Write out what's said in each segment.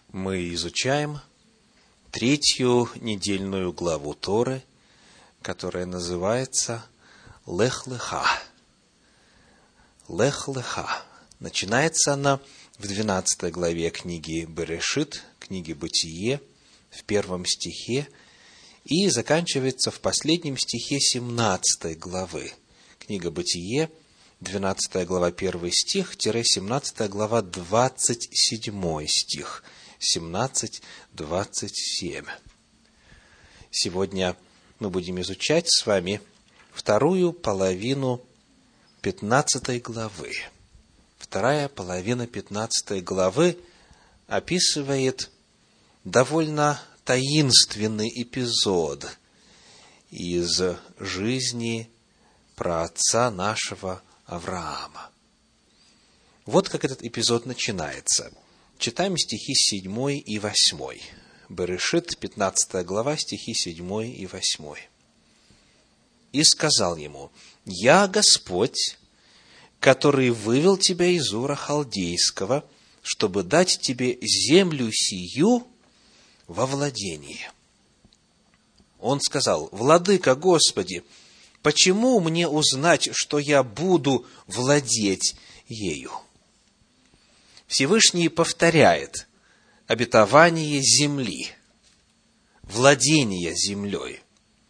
Мы изучаем третью недельную главу Торы, которая называется Лех-Леха. Лех-Леха. Начинается она в 12 главе книги Берешит, книги Бытие, в 1 стихе, и заканчивается в последнем стихе 17 главы. Книга Бытие, 12 глава, 1 стих, 17 глава, 27 стих. 17-27. Сегодня мы будем изучать с вами вторую половину 15 главы. Вторая половина 15 главы описывает довольно таинственный эпизод из жизни праотца нашего Авраама. Вот как этот эпизод начинается. Читаем стихи 7 и 8. Берешит, 15 глава, стихи 7 и 8. «И сказал ему: Я Господь, который вывел тебя из Ура Халдейского, чтобы дать тебе землю сию во владение». Он сказал: Владыка Господи, почему мне узнать, что я буду владеть ею? Всевышний повторяет обетование земли, владение землей.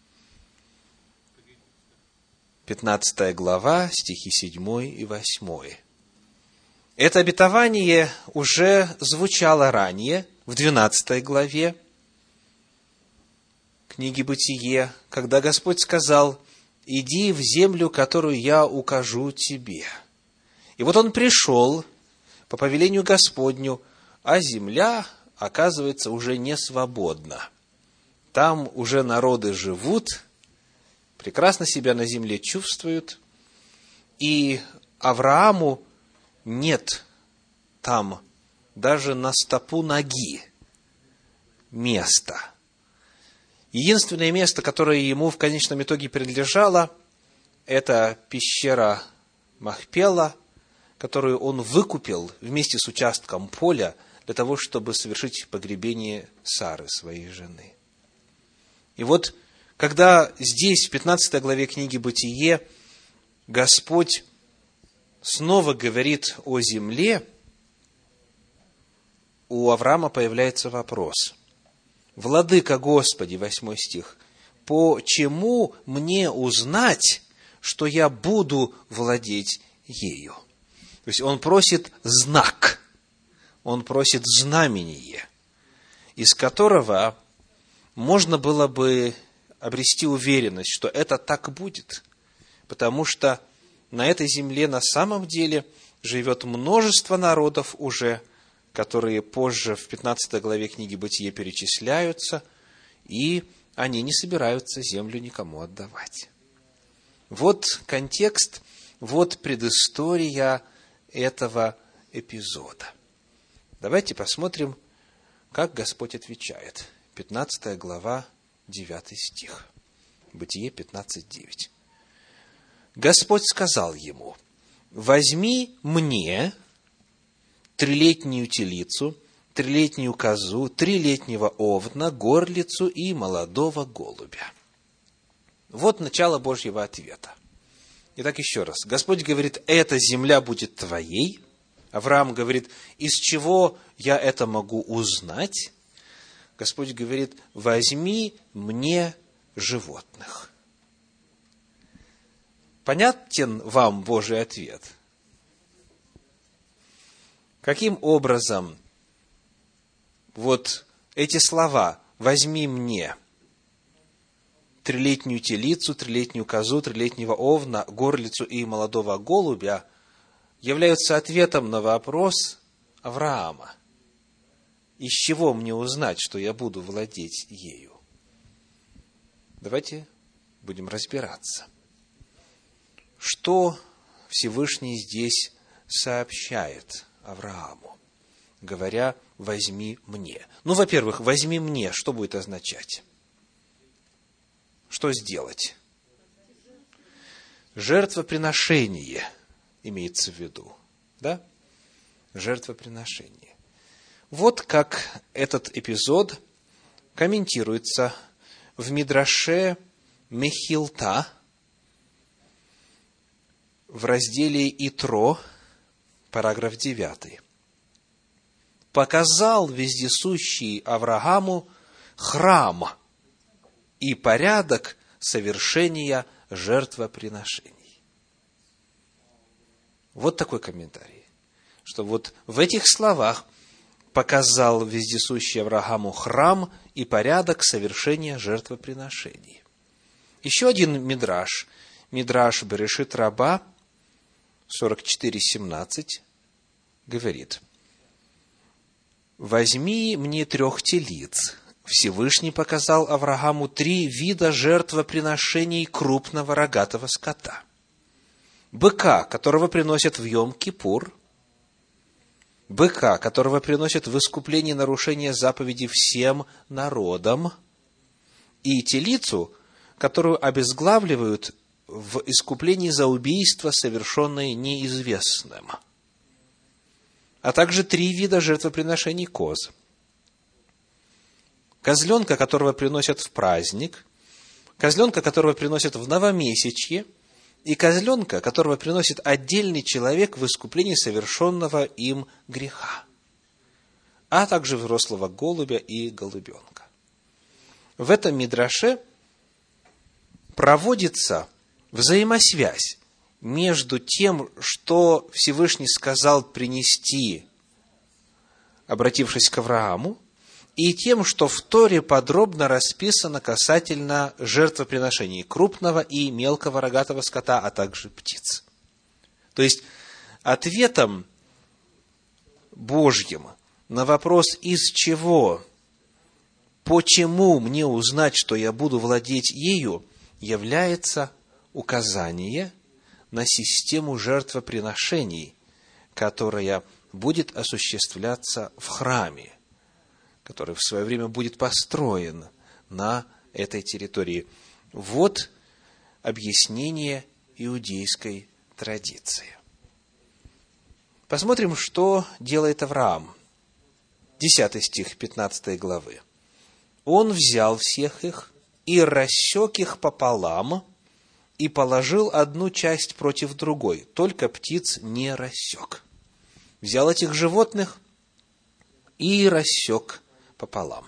15 глава, стихи 7 и 8. Это обетование уже звучало ранее, в 12 главе книги Бытие, когда Господь сказал: «Иди в землю, которую я укажу тебе». И вот он пришел по повелению Господню, а земля, оказывается, уже не свободна. Там уже народы живут, прекрасно себя на земле чувствуют, и Аврааму нет там даже на стопу ноги места. Единственное место, которое ему в конечном итоге принадлежало, это пещера Махпела, которую он выкупил вместе с участком поля для того, чтобы совершить погребение Сары, своей жены. И вот, когда здесь, в 15 главе книги Бытие, Господь снова говорит о земле, у Авраама появляется вопрос: «Владыка Господи», 8 стих, «почему мне узнать, что я буду владеть ею?» То есть он просит знак, он просит знамение, из которого можно было бы обрести уверенность, что это так будет, потому что на этой земле на самом деле живет множество народов уже, которые позже в 15 главе книги Бытие перечисляются, и они не собираются землю никому отдавать. Вот контекст, вот предыстория этого эпизода. Давайте посмотрим, как Господь отвечает. 15 глава, 9 стих. Бытие 15:9. Господь сказал ему: возьми мне 3-летнюю телицу, 3-летнюю козу, 3-летнего овна, горлицу и молодого голубя. Вот начало Божьего ответа. Итак, еще раз. Господь говорит: эта земля будет твоей. Авраам говорит: из чего я это могу узнать? Господь говорит: возьми мне животных. Понятен вам Божий ответ? Каким образом вот эти слова «возьми мне» 3-летнюю телицу, 3-летнюю козу, 3-летнего овна, горлицу и молодого голубя являются ответом на вопрос Авраама: из чего мне узнать, что я буду владеть ею? Давайте будем разбираться. Что Всевышний здесь сообщает Аврааму, говоря: возьми мне? Ну, во-первых, возьми мне, что будет означать? Что сделать? Жертвоприношение имеется в виду. Да? Жертвоприношение. Вот как этот эпизод комментируется в Мидраше Мехилта в разделе Итро, параграф 9. «Показал вездесущий Аврааму храм и порядок совершения жертвоприношений». Вот такой комментарий, что вот в этих словах показал вездесущий Аврааму храм и порядок совершения жертвоприношений. Еще один мидраш, мидраш Берешит Раба, 44:17, говорит: «Возьми мне 3 телиц». Всевышний показал Аврааму 3 вида жертвоприношений крупного рогатого скота. Быка, которого приносят в Йом-Кипур, быка, которого приносят в искуплении нарушения заповеди всем народам, и телицу, которую обезглавливают в искуплении за убийство, совершенное неизвестным, а также 3 вида жертвоприношений коз. Козленка, которого приносят в праздник, козленка, которого приносят в новомесячье, и козленка, которого приносит отдельный человек в искуплении совершенного им греха, а также взрослого голубя и голубенка. В этом мидраше проводится взаимосвязь между тем, что Всевышний сказал принести, обратившись к Аврааму, и тем, что в Торе подробно расписано касательно жертвоприношений крупного и мелкого рогатого скота, а также птиц. То есть, ответом Божьим на вопрос, из чего, почему мне узнать, что я буду владеть ею, является указание на систему жертвоприношений, которая будет осуществляться в храме, который в свое время будет построен на этой территории. Вот объяснение иудейской традиции. Посмотрим, что делает Авраам. 10 стих 15 главы. «Он взял всех их и рассек их пополам, и положил одну часть против другой, только птиц не рассек. Взял этих животных и рассек пополам».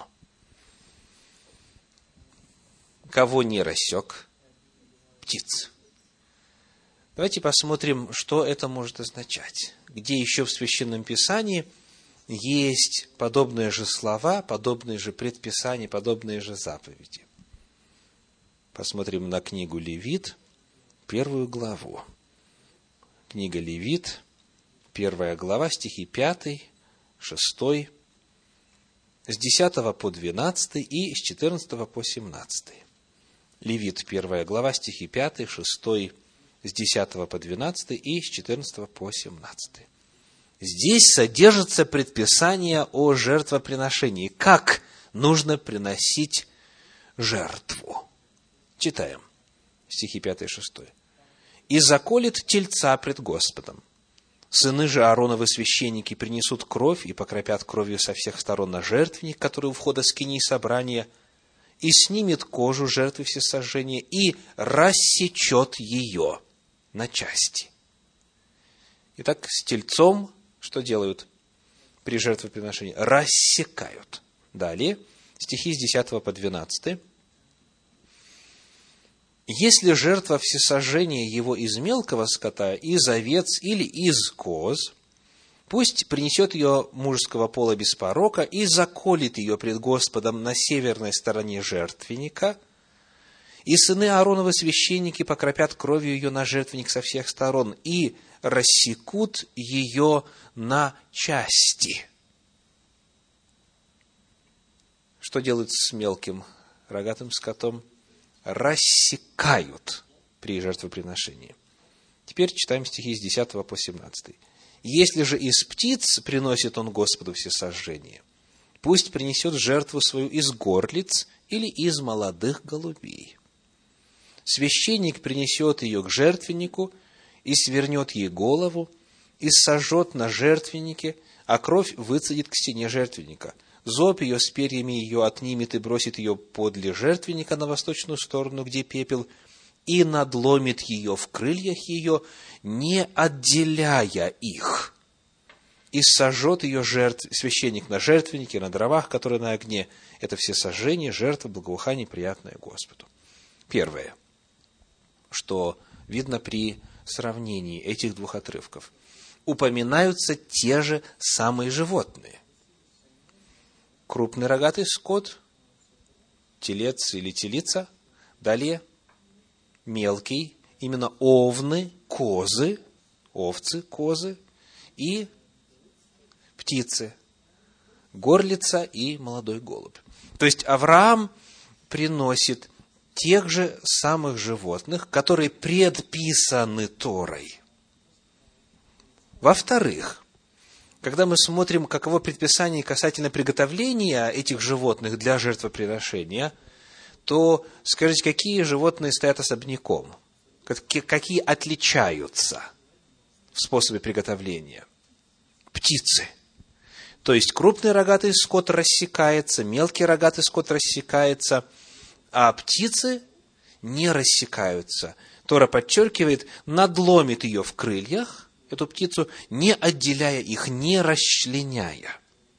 Кого не рассек? Птиц. Давайте посмотрим, что это может означать. Где еще в Священном Писании есть подобные же слова, подобные же предписания, подобные же заповеди. Посмотрим на книгу Левит, 1 главу. Книга Левит, 1 глава, стихи 5, 6, с 10 по 12 и с 14 по 17. Левит, 1 глава, стихи 5, 6, с 10 по 12 и с 14 по 17. Здесь содержится предписание о жертвоприношении. Как нужно приносить жертву? Читаем стихи 5 и 6. «И заколет тельца пред Господом. Сыны же Аароновы священники принесут кровь и покропят кровью со всех сторон на жертвенник, который у входа скинии собрания, и снимет кожу жертвы всесожжения и рассечет ее на части». Итак, с тельцом что делают при жертвоприношении? Рассекают. Далее, стихи с 10 по 12. «Если жертва всесожжения его из мелкого скота, из овец или из коз, пусть принесет ее мужеского пола без порока и заколет ее пред Господом на северной стороне жертвенника, и сыны Аароновы священники покропят кровью ее на жертвенник со всех сторон и рассекут ее на части». Что делают с мелким рогатым скотом? Рассекают при жертвоприношении. Теперь читаем стихи с 10 по 17. «Если же из птиц приносит он Господу всесожжение, пусть принесет жертву свою из горлиц или из молодых голубей. Священник принесет ее к жертвеннику и свернет ей голову, и сожжет на жертвеннике, а кровь выцедит к стене жертвенника. Зоб ее с перьями ее отнимет и бросит ее подле жертвенника на восточную сторону, где пепел, и надломит ее в крыльях ее, не отделяя их. И сожжет ее священник на жертвеннике, на дровах, которые на огне. Это все сожжения, жертвы, благоухание, приятное Господу. Первое, что видно при сравнении этих двух отрывков. Упоминаются те же самые животные. Крупный рогатый скот, телец или телица. Далее мелкий, именно овны, козы, овцы, козы и птицы, горлица и молодой голубь. То есть Авраам приносит тех же самых животных, которые предписаны Торой. Во-вторых, когда мы смотрим, каково предписание касательно приготовления этих животных для жертвоприношения, то скажите, какие животные стоят особняком? Какие отличаются в способе приготовления? Птицы. То есть крупный рогатый скот рассекается, мелкий рогатый скот рассекается, а птицы не рассекаются. Тора подчеркивает, надломит ее в крыльях, эту птицу, не отделяя их, не расчленяя.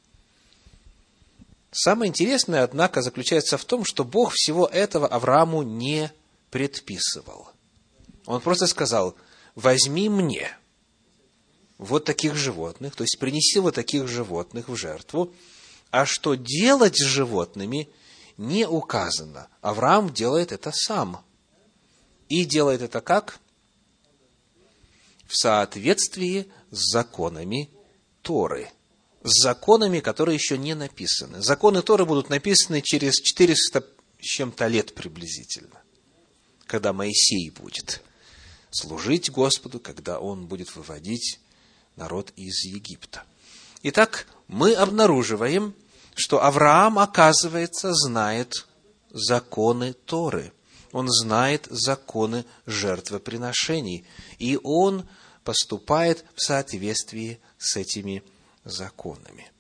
Самое интересное, однако, заключается в том, что Бог всего этого Аврааму не предписывал. Он просто сказал: возьми мне вот таких животных, то есть принеси вот таких животных в жертву, а что делать с животными, не указано. Авраам делает это сам. И делает это как? В соответствии с законами Торы. С законами, которые еще не написаны. Законы Торы будут написаны через 400 с чем-то лет приблизительно, когда Моисей будет служить Господу, когда он будет выводить народ из Египта. Итак, мы обнаруживаем, что Авраам, оказывается, знает законы Торы. Он знает законы жертвоприношений. И он поступает в соответствии с этими законами.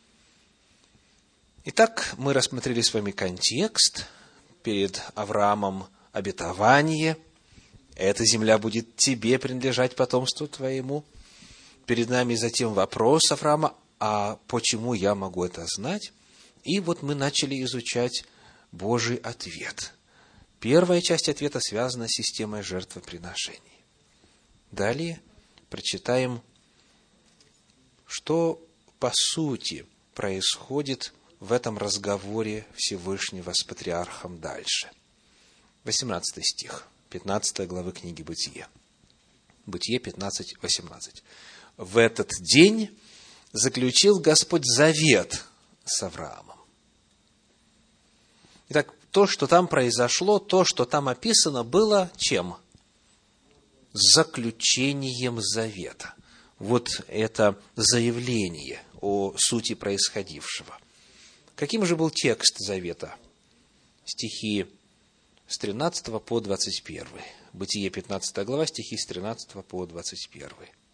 Итак, мы рассмотрели с вами контекст. Перед Авраамом обетование. Эта земля будет тебе принадлежать, потомству твоему. Перед нами затем вопрос Авраама: а почему я могу это знать? И вот мы начали изучать Божий ответ. Первая часть ответа связана с системой жертвоприношений. Далее прочитаем, что по сути происходит в этом разговоре Всевышнего с патриархом дальше. 18 стих, 15 главы книги Бытие. Бытие 15:18. В этот день заключил Господь завет с Авраамом. Итак, то, что там произошло, то, что там описано, было чем? Заключением завета. Вот это заявление о сути происходившего. Каким же был текст завета? Стихи с 13 по 21. Бытие 15 глава, стихи с 13 по 21.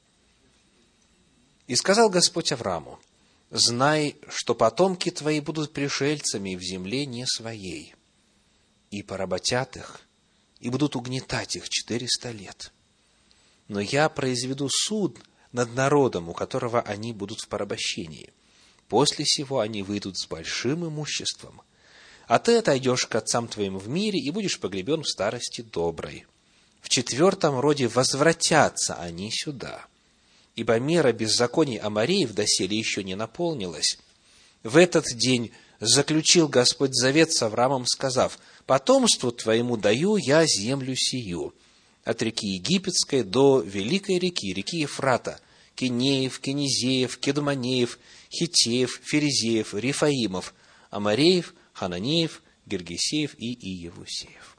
«И сказал Господь Аврааму: знай, что потомки твои будут пришельцами в земле не своей, и поработят их, и будут угнетать их 400 лет. Но я произведу суд над народом, у которого они будут в порабощении. После сего они выйдут с большим имуществом. А ты отойдешь к отцам твоим в мире и будешь погребен в старости доброй. В 4-м роде возвратятся они сюда, ибо мера беззаконий Амореев доселе еще не наполнилась. В этот день заключил Господь завет с Авраамом, сказав: потомству твоему даю я землю сию, от реки Египетской до великой реки, реки Ефрата, Кинеев, Кенезеев, Кедманеев, Хитеев, Ферезеев, Рифаимов, Амореев, Хананеев, Гергесеев и Иевусеев.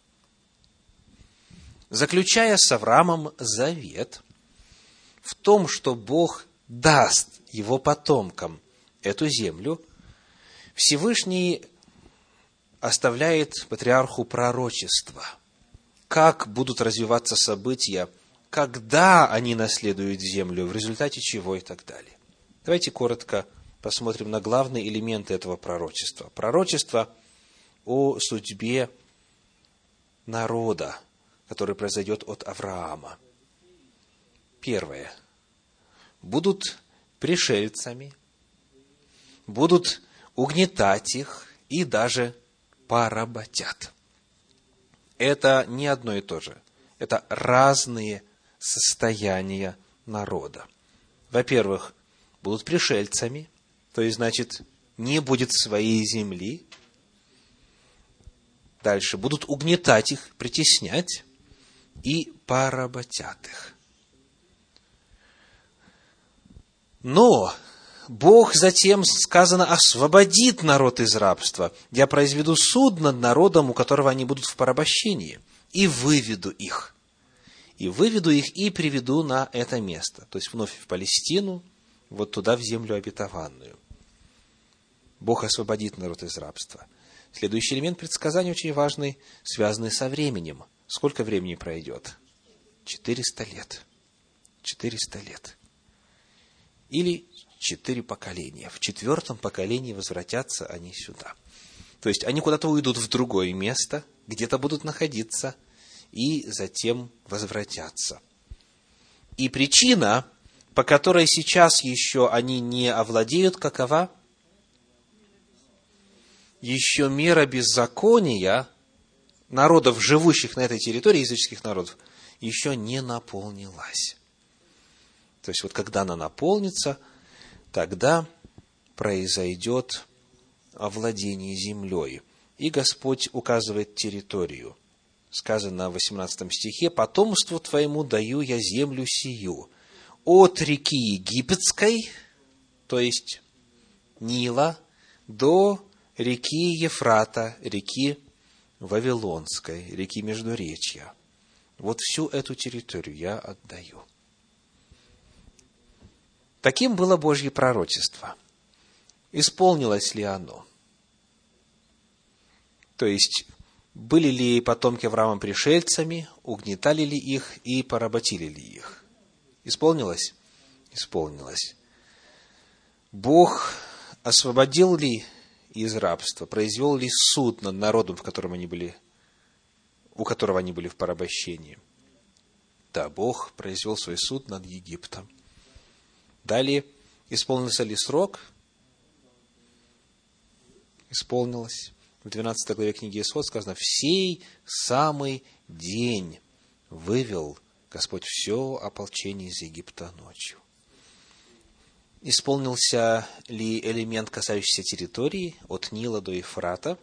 Заключая с Авраамом завет в том, что Бог даст его потомкам эту землю, Всевышний оставляет патриарху пророчество, как будут развиваться события, когда они наследуют землю, в результате чего и так далее. Давайте коротко посмотрим на главные элементы этого пророчества. Пророчество о судьбе народа, который произойдет от Авраама. Первое. Будут пришельцами, будут угнетать их и даже поработят. Это не одно и то же. Это разные состояния народа. Во-первых, будут пришельцами, то есть, значит, не будет своей земли. Дальше, будут угнетать их, притеснять и поработят их. Но Бог затем, сказано, освободит народ из рабства. Я произведу суд над народом, у которого они будут в порабощении, и выведу их. И выведу их и приведу на это место. То есть, вновь в Палестину, вот туда, в землю обетованную. Бог освободит народ из рабства. Следующий элемент предсказания очень важный, связанный со временем. Сколько времени пройдет? 400 лет. 400 лет. Или 4 поколения. В 4-м поколении возвратятся они сюда. То есть, они куда-то уйдут в другое место, где-то будут находиться, и затем возвратятся. И причина, по которой сейчас еще они не овладеют, какова? Еще мера беззакония народов, живущих на этой территории, языческих народов, еще не наполнилась. То есть, вот когда она наполнится, тогда произойдет овладение землей. И Господь указывает территорию. Сказано в 18 стихе: «Потомству твоему даю я землю сию, от реки Египетской, то есть Нила, до реки Ефрата, реки Вавилонской, реки Междуречья». Вот всю эту территорию я отдаю. Таким было Божье пророчество. Исполнилось ли оно? То есть, были ли потомки Авраама пришельцами, угнетали ли их и поработили ли их? Исполнилось? Исполнилось. Бог освободил ли из рабства, произвел ли суд над народом, у которого они были в порабощении? Да, Бог произвел свой суд над Египтом. Далее, исполнился ли срок? Исполнилось. В 12 главе книги Исход сказано: «В сей самый день вывел Господь все ополчение из Египта ночью». Исполнился ли элемент, касающийся территории, от Нила до Ефрата?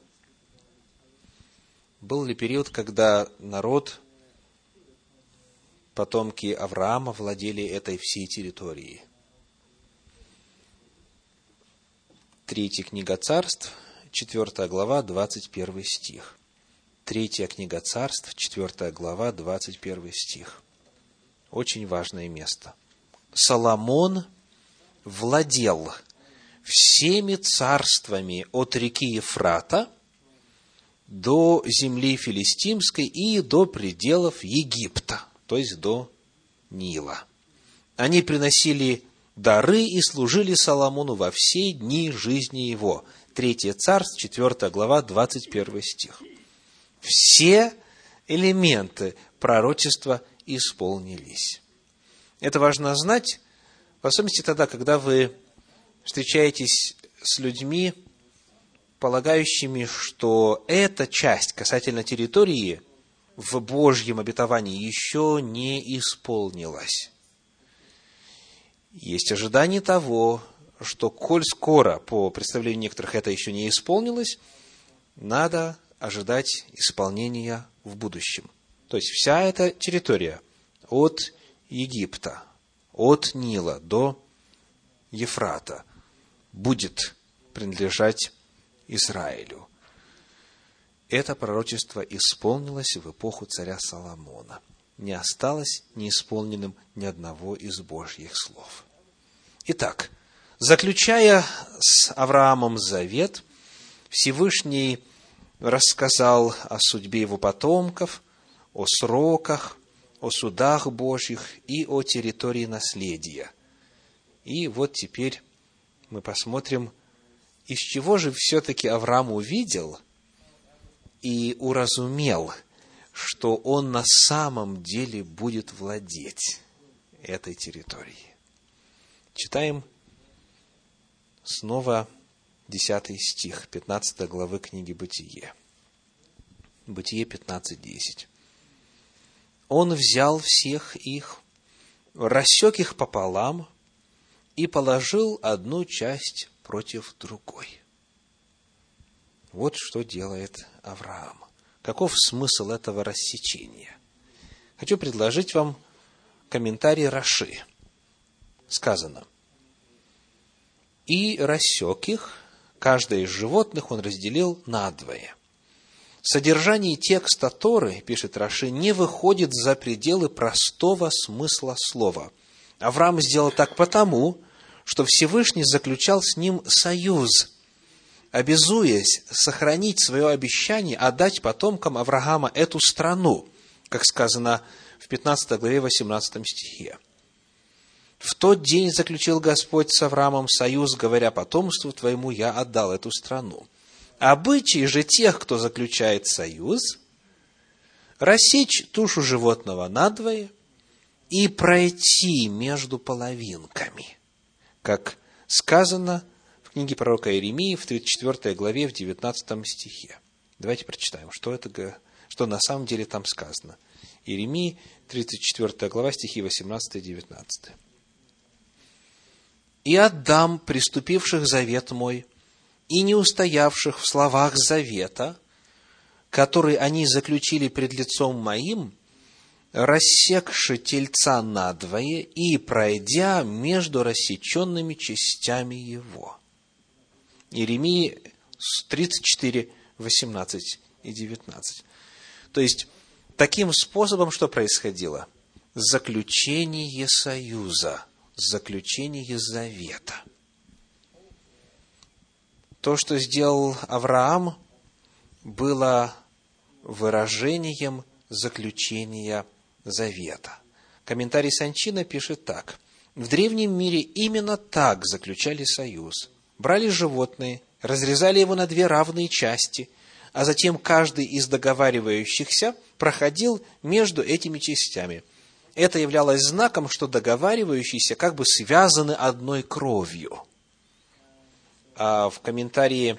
Был ли период, когда народ, потомки Авраама, владели этой всей территорией? 3 книга Царств, 4 глава, 21 стих. 3 книга Царств, 4 глава, 21 стих. Очень важное место. Соломон владел всеми царствами от реки Ефрата до земли филистимской и до пределов Египта, то есть до Нила. Они приносили дары и служили Соломону во все дни жизни его. 3 Царств, 4 глава, 21 стих. Все элементы пророчества исполнились. Это важно знать, в особенности тогда, когда вы встречаетесь с людьми, полагающими, что эта часть касательно территории в Божьем обетовании еще не исполнилась. Есть ожидание того, что, коль скоро, по представлению некоторых, это еще не исполнилось, надо ожидать исполнения в будущем. То есть, вся эта территория от Египта, от Нила до Ефрата будет принадлежать Израилю. Это пророчество исполнилось в эпоху царя Соломона. Не осталось неисполненным ни одного из Божьих слов. Итак, заключая с Авраамом завет, Всевышний рассказал о судьбе его потомков, о сроках, о судах Божьих и о территории наследия. И вот теперь мы посмотрим, из чего же все-таки Авраам увидел и уразумел, что он на самом деле будет владеть этой территорией. Читаем снова 10 стих 15 главы книги Бытие. Бытие 15:10. Он взял всех их, рассек их пополам и положил одну часть против другой. Вот что делает Авраам. Каков смысл этого рассечения? Хочу предложить вам комментарий Раши. Сказано: «И рассек их, каждое из животных он разделил надвое». Содержание текста Торы, пишет Раши, не выходит за пределы простого смысла слова. Авраам сделал так потому, что Всевышний заключал с ним союз, обязуясь сохранить свое обещание отдать потомкам Авраама эту страну, как сказано в 15 главе 18 стихе. «В тот день заключил Господь с Авраамом союз, говоря: потомству твоему я отдал эту страну. Обычай же тех, кто заключает союз, рассечь тушу животного надвое и пройти между половинками, как сказано в книге пророка Иеремии в 34 главе в 19 стихе». Давайте прочитаем, что на самом деле там сказано. Иеремии, 34 глава, стихи 18 и 19. «И отдам приступивших завет мой и не устоявших в словах завета, который они заключили пред лицом моим, рассекши тельца надвое и пройдя между рассеченными частями его». Иеремии 34, 18 и 19. То есть, таким способом что происходило? Заключение союза, заключение завета. То, что сделал Авраам, было выражением заключения завета. Комментарий Санчина пишет так: в древнем мире именно так заключали союз. Брали животное, разрезали его на две равные части, а затем каждый из договаривающихся проходил между этими частями. Это являлось знаком, что договаривающиеся как бы связаны одной кровью. А в комментарии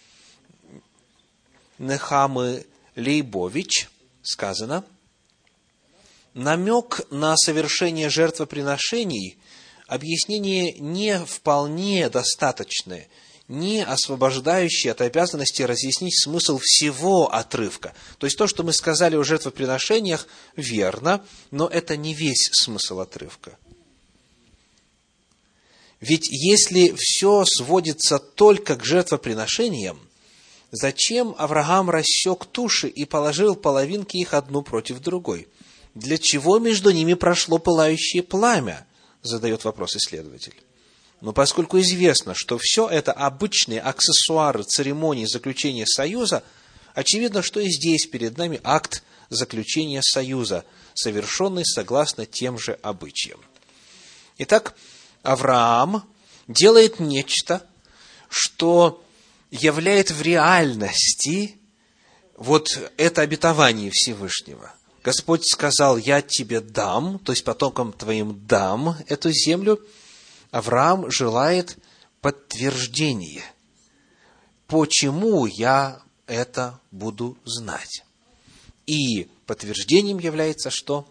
Нехамы Лейбович сказано: намек на совершение жертвоприношений объяснение не вполне достаточное, не освобождающее от обязанности разъяснить смысл всего отрывка. То есть то, что мы сказали о жертвоприношениях, верно, но это не весь смысл отрывка. Ведь если все сводится только к жертвоприношениям, зачем Авраам рассек туши и положил половинки их одну против другой? Для чего между ними прошло пылающее пламя? Задает вопрос исследователь. Но поскольку известно, что все это обычные аксессуары церемонии заключения союза, очевидно, что и здесь перед нами акт заключения союза, совершенный согласно тем же обычаям. Итак, Авраам делает нечто, что являет в реальности вот это обетование Всевышнего. Господь сказал: «Я тебе дам», то есть потомкам твоим дам эту землю. Авраам желает подтверждения. Почему я это буду знать? И подтверждением является что?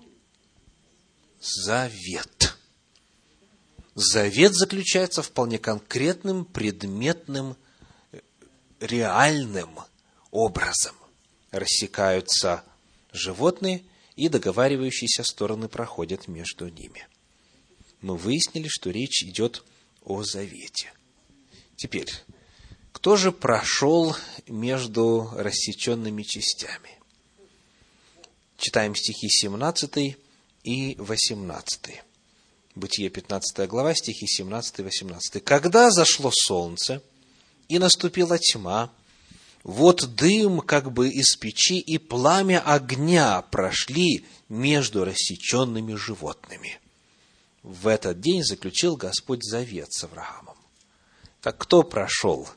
Завет. Завет заключается вполне конкретным, предметным, реальным образом. Рассекаются животные, и договаривающиеся стороны проходят между ними. Мы выяснили, что речь идет о завете. Теперь, кто же прошел между рассеченными частями? Читаем стихи 17 и 18. Бытие 15 глава, стихи 17 и 18. «Когда зашло солнце, и наступила тьма, вот дым как бы из печи и пламя огня прошли между рассеченными животными. В этот день заключил Господь завет с Авраамом». Так кто прошел?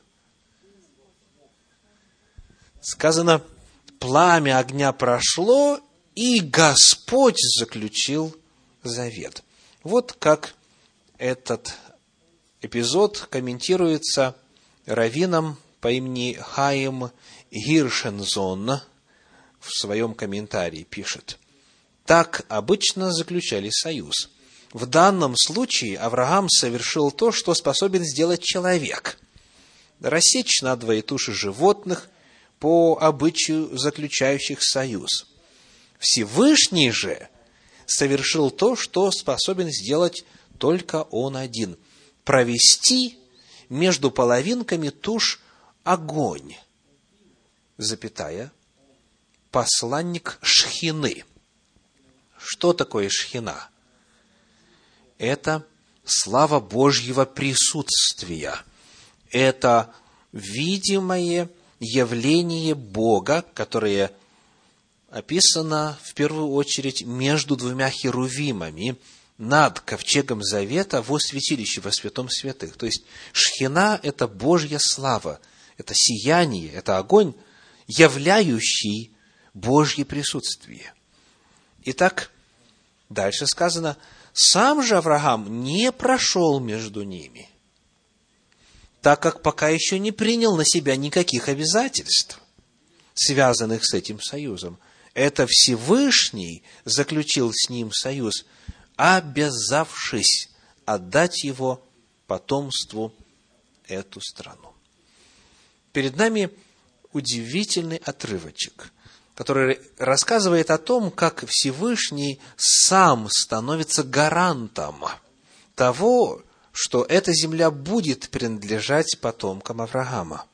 Сказано, пламя огня прошло, и Господь заключил завет. Вот как этот эпизод комментируется раввином по имени Хаим Гиршензон. В своем комментарии пишет: так обычно заключали союз. В данном случае Авраам совершил то, что способен сделать человек: рассечь надвое туши животных по обычаю заключающих союз. Всевышний же совершил то, что способен сделать только Он один: провести между половинками туш огонь, запятая, посланник Шхины. Что такое Шхина? Это слава Божьего присутствия. Это видимое явление Бога, которое описано в первую очередь между двумя херувимами над ковчегом завета во святилище, во святом святых. То есть Шхина – это Божья слава, это сияние, это огонь, являющий Божье присутствие. Итак, дальше сказано, сам же Авраам не прошел между ними, так как пока еще не принял на себя никаких обязательств, связанных с этим союзом. Это Всевышний заключил с ним союз, обязавшись отдать его потомству эту страну. Перед нами удивительный отрывочек, который рассказывает о том, как Всевышний сам становится гарантом того, что эта земля будет принадлежать потомкам Авраама.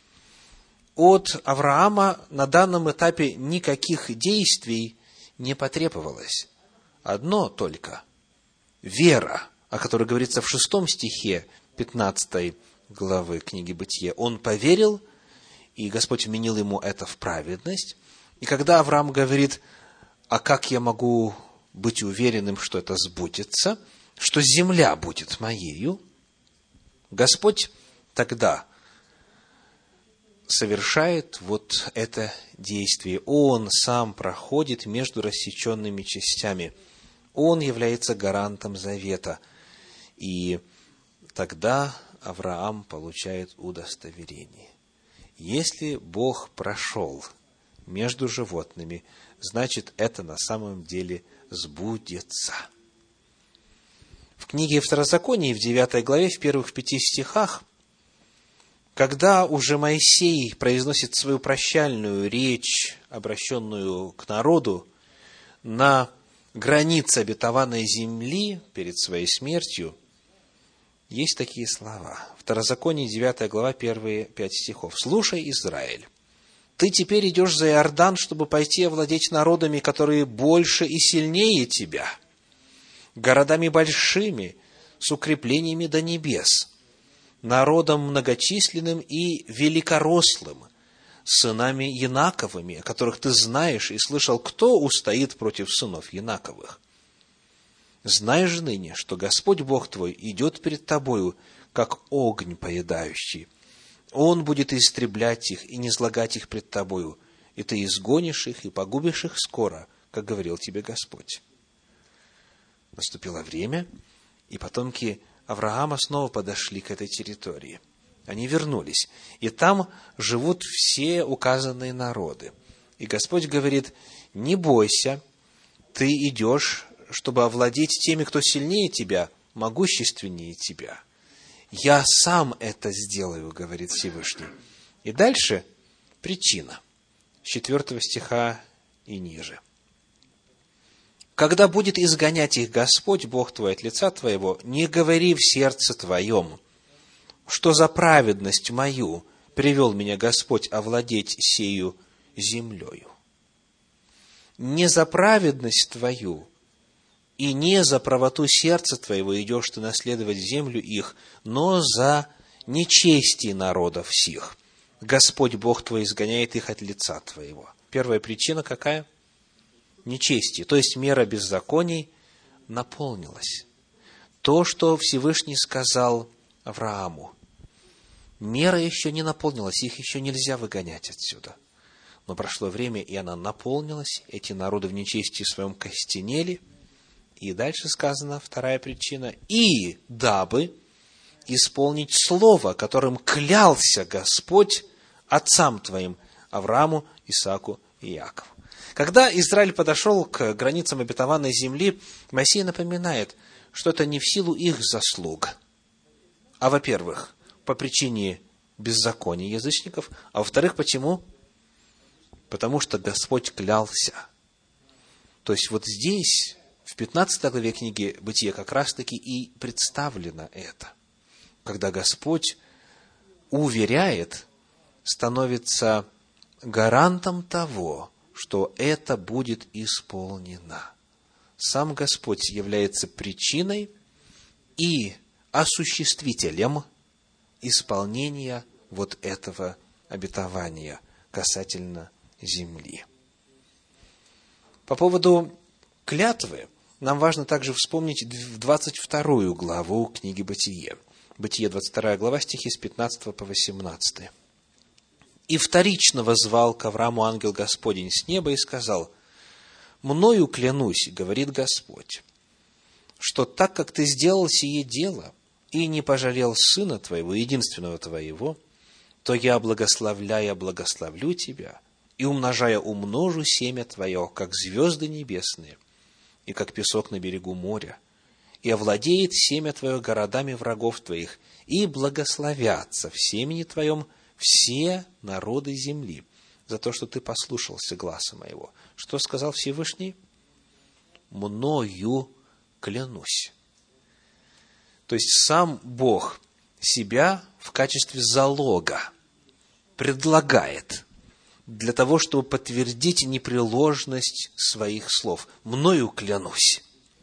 От Авраама на данном этапе никаких действий не потребовалось. Одно только – вера, о которой говорится в 6 стихе 15 главы книги Бытие. Он поверил, и Господь вменил ему это в праведность. И когда Авраам говорит, а как я могу быть уверенным, что это сбудется, что земля будет моею, Господь тогда совершает вот это действие. Он сам проходит между рассеченными частями. Он является гарантом завета. И тогда Авраам получает удостоверение. Если Бог прошел между животными, значит, это на самом деле сбудется. В книге Второзаконии, в 9 главе, в первых 5 стихах, когда уже Моисей произносит свою прощальную речь, обращенную к народу, на границе обетованной земли перед своей смертью, есть такие слова. Второзаконие, 9 глава, первые 5 стихов. «Слушай, Израиль, ты теперь идешь за Иордан, чтобы пойти овладеть народами, которые больше и сильнее тебя, городами большими, с укреплениями до небес, народом многочисленным и великорослым, сынами Янаковыми, о которых ты знаешь и слышал, кто устоит против сынов Янаковых. Знай же ныне, что Господь Бог твой идет перед тобою, как огонь поедающий. Он будет истреблять их и низлагать их пред тобою, и ты изгонишь их и погубишь их скоро, как говорил тебе Господь». Наступило время, и потомки Авраама снова подошли к этой территории. Они вернулись, и там живут все указанные народы. И Господь говорит: не бойся, ты идешь, чтобы овладеть теми, кто сильнее тебя, могущественнее тебя. Я сам это сделаю, говорит Всевышний. И дальше причина, с 4 стиха и ниже. «Когда будет изгонять их Господь, Бог твой, от лица твоего, не говори в сердце твоем, что за праведность мою привел меня Господь овладеть сею землею. Не за праведность твою и не за правоту сердца твоего идешь ты наследовать землю их, но за нечестие народов сих. Господь Бог твой изгоняет их от лица твоего». Первая причина какая? Нечестие, то есть мера беззаконий наполнилась. То, что Всевышний сказал Аврааму: Мера еще не наполнилась, их еще нельзя выгонять отсюда. Но прошло время, и она наполнилась, эти народы в нечестии своем костенели. И дальше сказано, вторая причина, и дабы исполнить слово, которым клялся Господь отцам твоим, Аврааму, Исааку и Иакову. Когда Израиль подошел к границам обетованной земли, Моисей напоминает, что это не в силу их заслуг, а, во-первых, по причине беззакония язычников, а во-вторых, почему? Потому что Господь клялся. То есть вот здесь, в 15 главе книги Бытия, как раз-таки и представлено это. Когда Господь уверяет, становится гарантом того, что это будет исполнено. Сам Господь является причиной и осуществителем исполнения вот этого обетования касательно земли. По поводу клятвы нам важно также вспомнить 22 главу книги Бытие. Бытие, 22 глава, стихи с 15 по 18. «И вторично воззвал к Аврааму ангел Господень с неба и сказал: мною клянусь, говорит Господь, что так как ты сделал сие дело и не пожалел сына твоего, единственного твоего, то я, благословляя, благословлю тебя, и умножая, умножу семя твое, как звезды небесные, и как песок на берегу моря, и овладеет семя твое городами врагов твоих, и благословятся в семени твоем все народы земли, за то, что ты послушался гласа моего». Что сказал Всевышний? «Мною клянусь». То есть сам Бог себя в качестве залога предлагает для того, чтобы подтвердить непреложность своих слов. «Мною клянусь».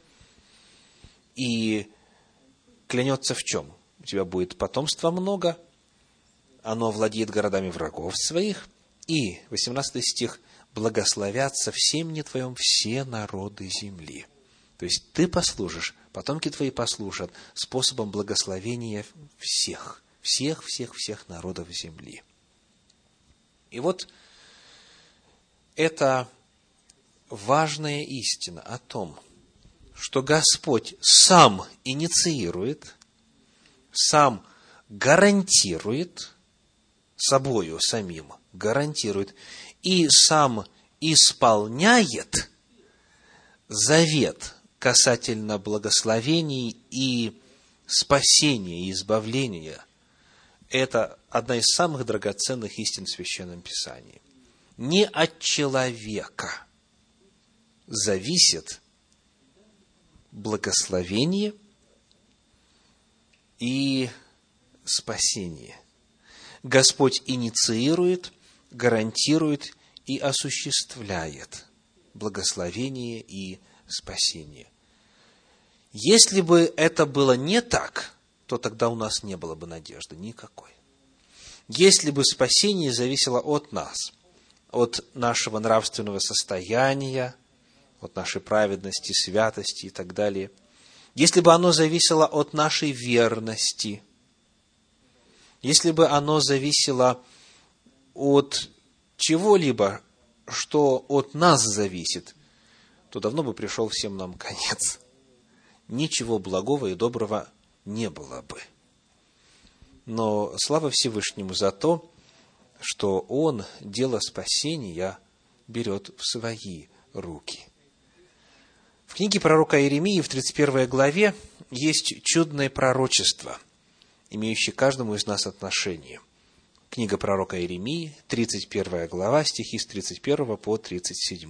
И клянется в чем? У тебя будет потомства много, оно владеет городами врагов своих. И, 18 стих, благословятся в семени твоем все народы земли. То есть ты послужишь, потомки твои послужат способом благословения всех народов земли. И вот это важная истина о том, что Господь сам инициирует, сам гарантирует, собою самим гарантирует, и сам исполняет завет касательно благословений и спасения, и избавления. Это одна из самых драгоценных истин в Священном Писании. Не от человека зависит благословение и спасение. Господь инициирует, гарантирует и осуществляет благословение и спасение. Если бы это было не так, то тогда у нас не было бы надежды никакой. Если бы спасение зависело от нас, от нашего нравственного состояния, от нашей праведности, святости и так далее, если бы оно зависело от нашей верности, если бы оно зависело от чего-либо, что от нас зависит, то давно бы пришел всем нам конец. Ничего благого и доброго не было бы. Но слава Всевышнему за то, что Он дело спасения берет в свои руки. В книге пророка Иеремии в 31 главе есть чудное пророчество, имеющее к каждому из нас отношение. Книга пророка Иеремии, 31 глава, стихи с 31 по 37.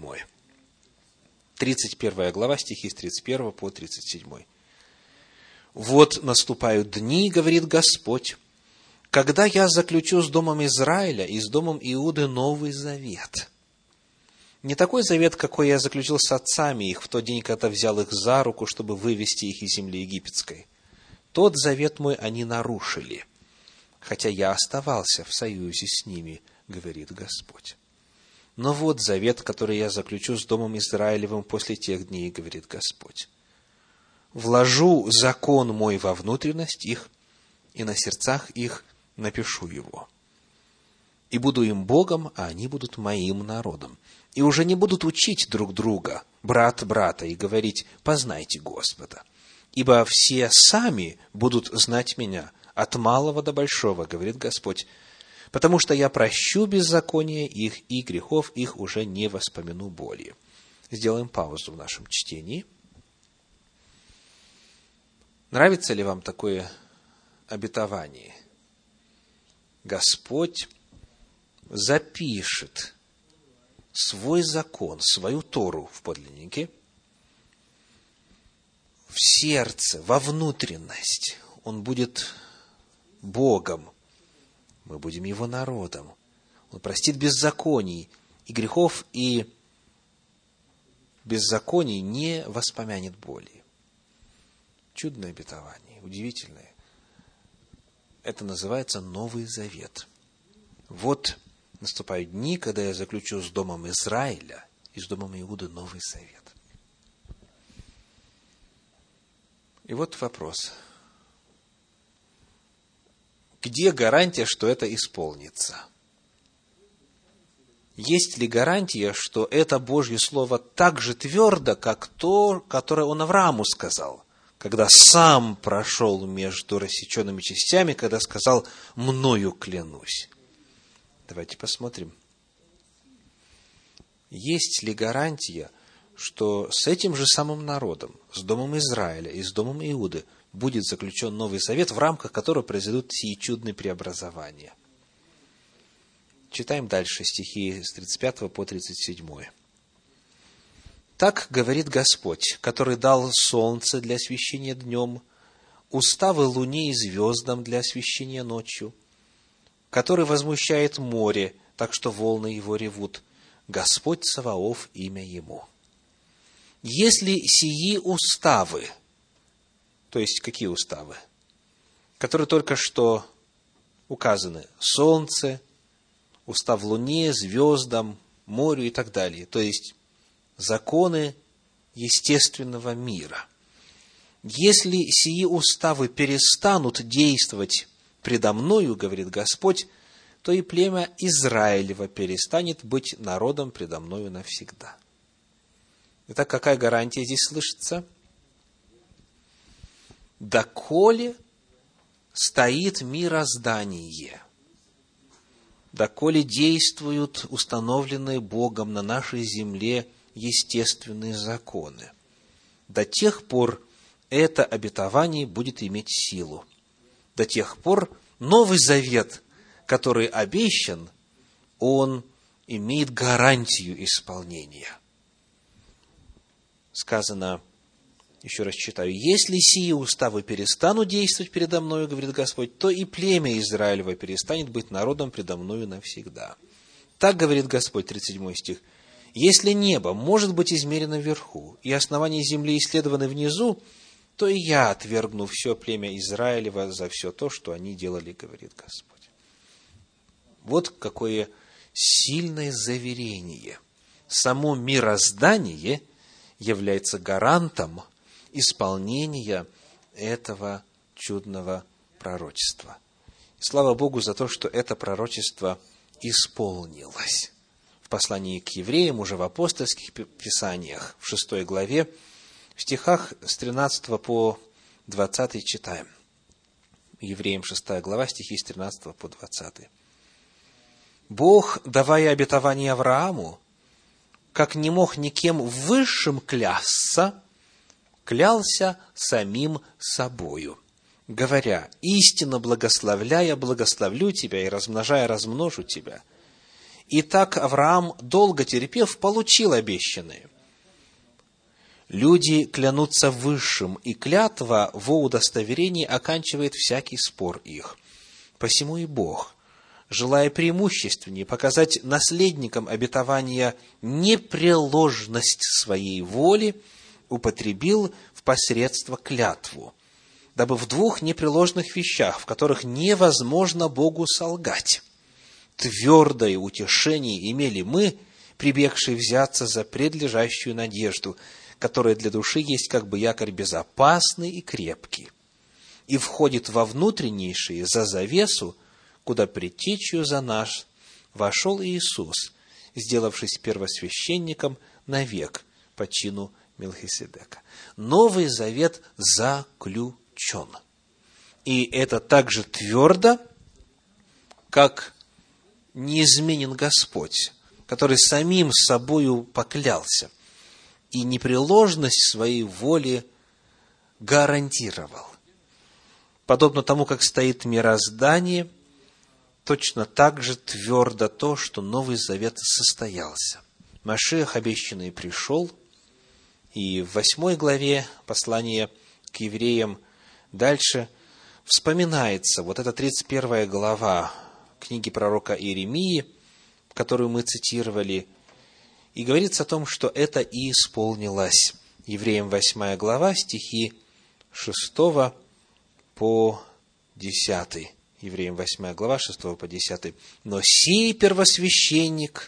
31 глава, стихи с 31 по 37. «Вот наступают дни, говорит Господь, когда я заключу с домом Израиля и с домом Иуды новый завет. Не такой завет, какой я заключил с отцами их в тот день, когда взял их за руку, чтобы вывести их из земли египетской. Тот завет мой они нарушили, хотя я оставался в союзе с ними, говорит Господь. Но вот завет, который я заключу с домом Израилевым после тех дней, говорит Господь. Вложу закон мой во внутренность их, и на сердцах их напишу его. И буду им Богом, а они будут моим народом. И уже не будут учить друг друга, брат брата, и говорить: познайте Господа. Ибо все сами будут знать меня, от малого до большого, говорит Господь, потому что я прощу беззаконие их, и грехов их уже не воспомяну более. Сделаем паузу в нашем чтении. Нравится ли вам такое обетование? Господь запишет свой закон, свою Тору в подлиннике, в сердце, во внутренность. Он будет Богом, мы будем Его народом. Он простит беззаконий и грехов, и беззаконий не воспомянет более. Чудное обетование, удивительное. Это называется Новый Завет. Вот наступают дни, когда я заключу с домом Израиля и с домом Иуды Новый Завет. И вот вопрос. Где гарантия, что это исполнится? Есть ли гарантия, что это Божье Слово так же твердо, как то, которое Он Аврааму сказал, когда сам прошел между рассеченными частями, когда сказал: «Мною клянусь». Давайте посмотрим. Есть ли гарантия, что с этим же самым народом, с домом Израиля и с домом Иуды, будет заключен Новый Завет, в рамках которого произойдут сии чудные преобразования? Читаем дальше стихи с 35 по 37. «Так говорит Господь, который дал солнце для освещения днем, уставы луне и звездам для освещения ночью, который возмущает море, так что волны его ревут. Господь Саваоф имя ему. Если сии уставы», то есть какие уставы? Которые только что указаны: солнце, устав луне, звездам, морю и так далее. То есть законы естественного мира. Если сии уставы перестанут действовать предо мною, говорит Господь, то и племя Израилева перестанет быть народом предо мною навсегда. Итак, какая гарантия здесь слышится? Доколе стоит мироздание, доколе действуют установленные Богом на нашей земле естественные законы, до тех пор это обетование будет иметь силу. До тех пор Новый Завет, который обещан, он имеет гарантию исполнения. Сказано, еще раз читаю: «Если сии уставы перестанут действовать передо мною, говорит Господь, то и племя Израилево перестанет быть народом предо мною навсегда». Так говорит Господь, 37 стих. «Если небо может быть измерено вверху, и основания земли исследованы внизу, то и я отвергну все племя Израилева за все то, что они делали, говорит Господь». Вот какое сильное заверение. Само мироздание является гарантом исполнения этого чудного пророчества. Слава Богу за то, что это пророчество исполнилось. В послании к евреям, уже в апостольских писаниях, в 6 главе, в стихах с 13 по 20 читаем. Евреям 6 глава, стихи с 13 по 20. «Бог, давая обетование Аврааму, как не мог никем высшим клясться, клялся самим собою, говоря: истинно благословляя, благословлю тебя, и размножая, размножу тебя. И так Авраам, долго терпев, получил обещанное. Люди клянутся высшим, и клятва во удостоверении оканчивает всякий спор их. Посему и Бог, желая преимущественнее показать наследникам обетования непреложность своей воли, употребил в посредство клятву, дабы в двух непреложных вещах, в которых невозможно Богу солгать, твердое утешение имели мы, прибегшие взяться за предлежащую надежду, которая для души есть как бы якорь безопасный и крепкий, и входит во внутреннейшие за завесу, куда предтечью за нас вошел Иисус, сделавшись первосвященником навек по чину Мелхиседека. Новый Завет заключен. И это так же твердо, как неизменен Господь, который самим собою поклялся и непреложность своей воли гарантировал. Подобно тому, как стоит мироздание, точно так же твердо то, что Новый Завет состоялся. Машиах обещанный пришел, и в 8 главе послания к евреям дальше вспоминается вот эта 31 глава книги пророка Иеремии, которую мы цитировали, и говорится о том, что это и исполнилось. Евреям 8 глава, стихи 6 по 10. Евреям 8 глава, 6 по 10. «Но сей первосвященник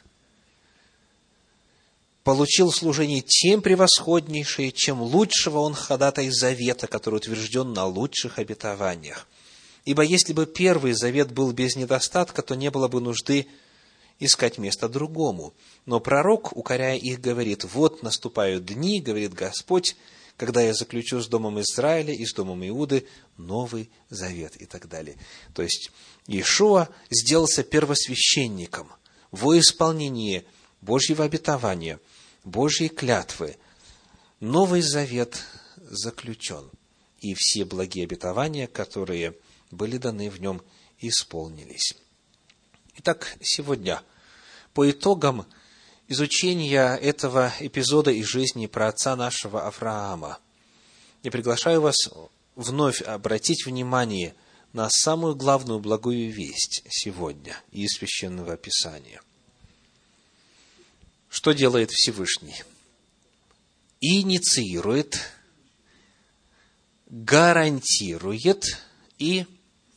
получил служение тем превосходнейшее, чем лучшего он ходатай завета, который утвержден на лучших обетованиях. Ибо если бы первый завет был без недостатка, то не было бы нужды искать место другому. Но пророк, укоряя их, говорит: вот наступают дни, говорит Господь, когда я заключу с домом Израиля и с домом Иуды новый завет», и так далее. То есть Иешуа сделался первосвященником во исполнении Божьего обетования, Божьей клятвы. Новый завет заключен, и все благие обетования, которые были даны в нем, исполнились. Итак, сегодня, по итогам изучения этого эпизода из жизни праотца нашего Авраама, я приглашаю вас вновь обратить внимание на самую главную благую весть сегодня из Священного Писания. Что делает Всевышний? Инициирует, гарантирует и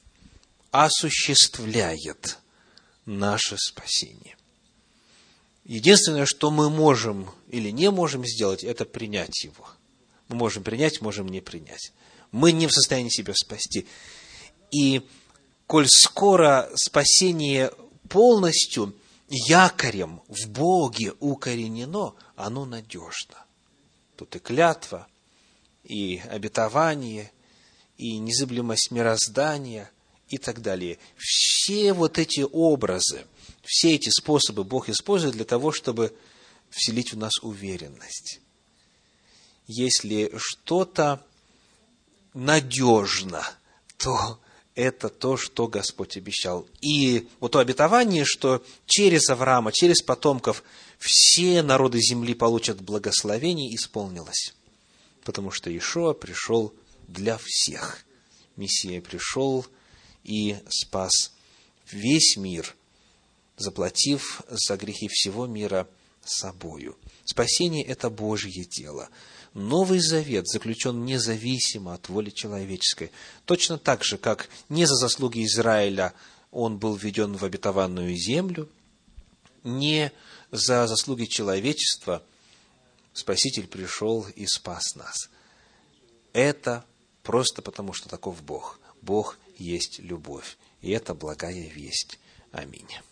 осуществляет наше спасение. Единственное, что мы можем или не можем сделать, это принять его. Мы можем принять, можем не принять. Мы не в состоянии себя спасти. И коль скоро спасение полностью якорем в Боге укоренено, оно надежно. Тут и клятва, и обетование, и незыблемость мироздания, и так далее. Все вот эти образы, все эти способы Бог использует для того, чтобы вселить в нас уверенность. Если что-то надежно, то это то, что Господь обещал. И вот то обетование, что через Авраама, через потомков все народы земли получат благословение, исполнилось. Потому что Иешуа пришел для всех. Мессия пришел и спас весь мир, заплатив за грехи всего мира собою. Спасение – это Божье дело. Новый Завет заключен независимо от воли человеческой. Точно так же, как не за заслуги Израиля он был введен в обетованную землю, не за заслуги человечества Спаситель пришел и спас нас. Это просто потому, что таков Бог. Бог есть любовь. И это благая весть. Аминь.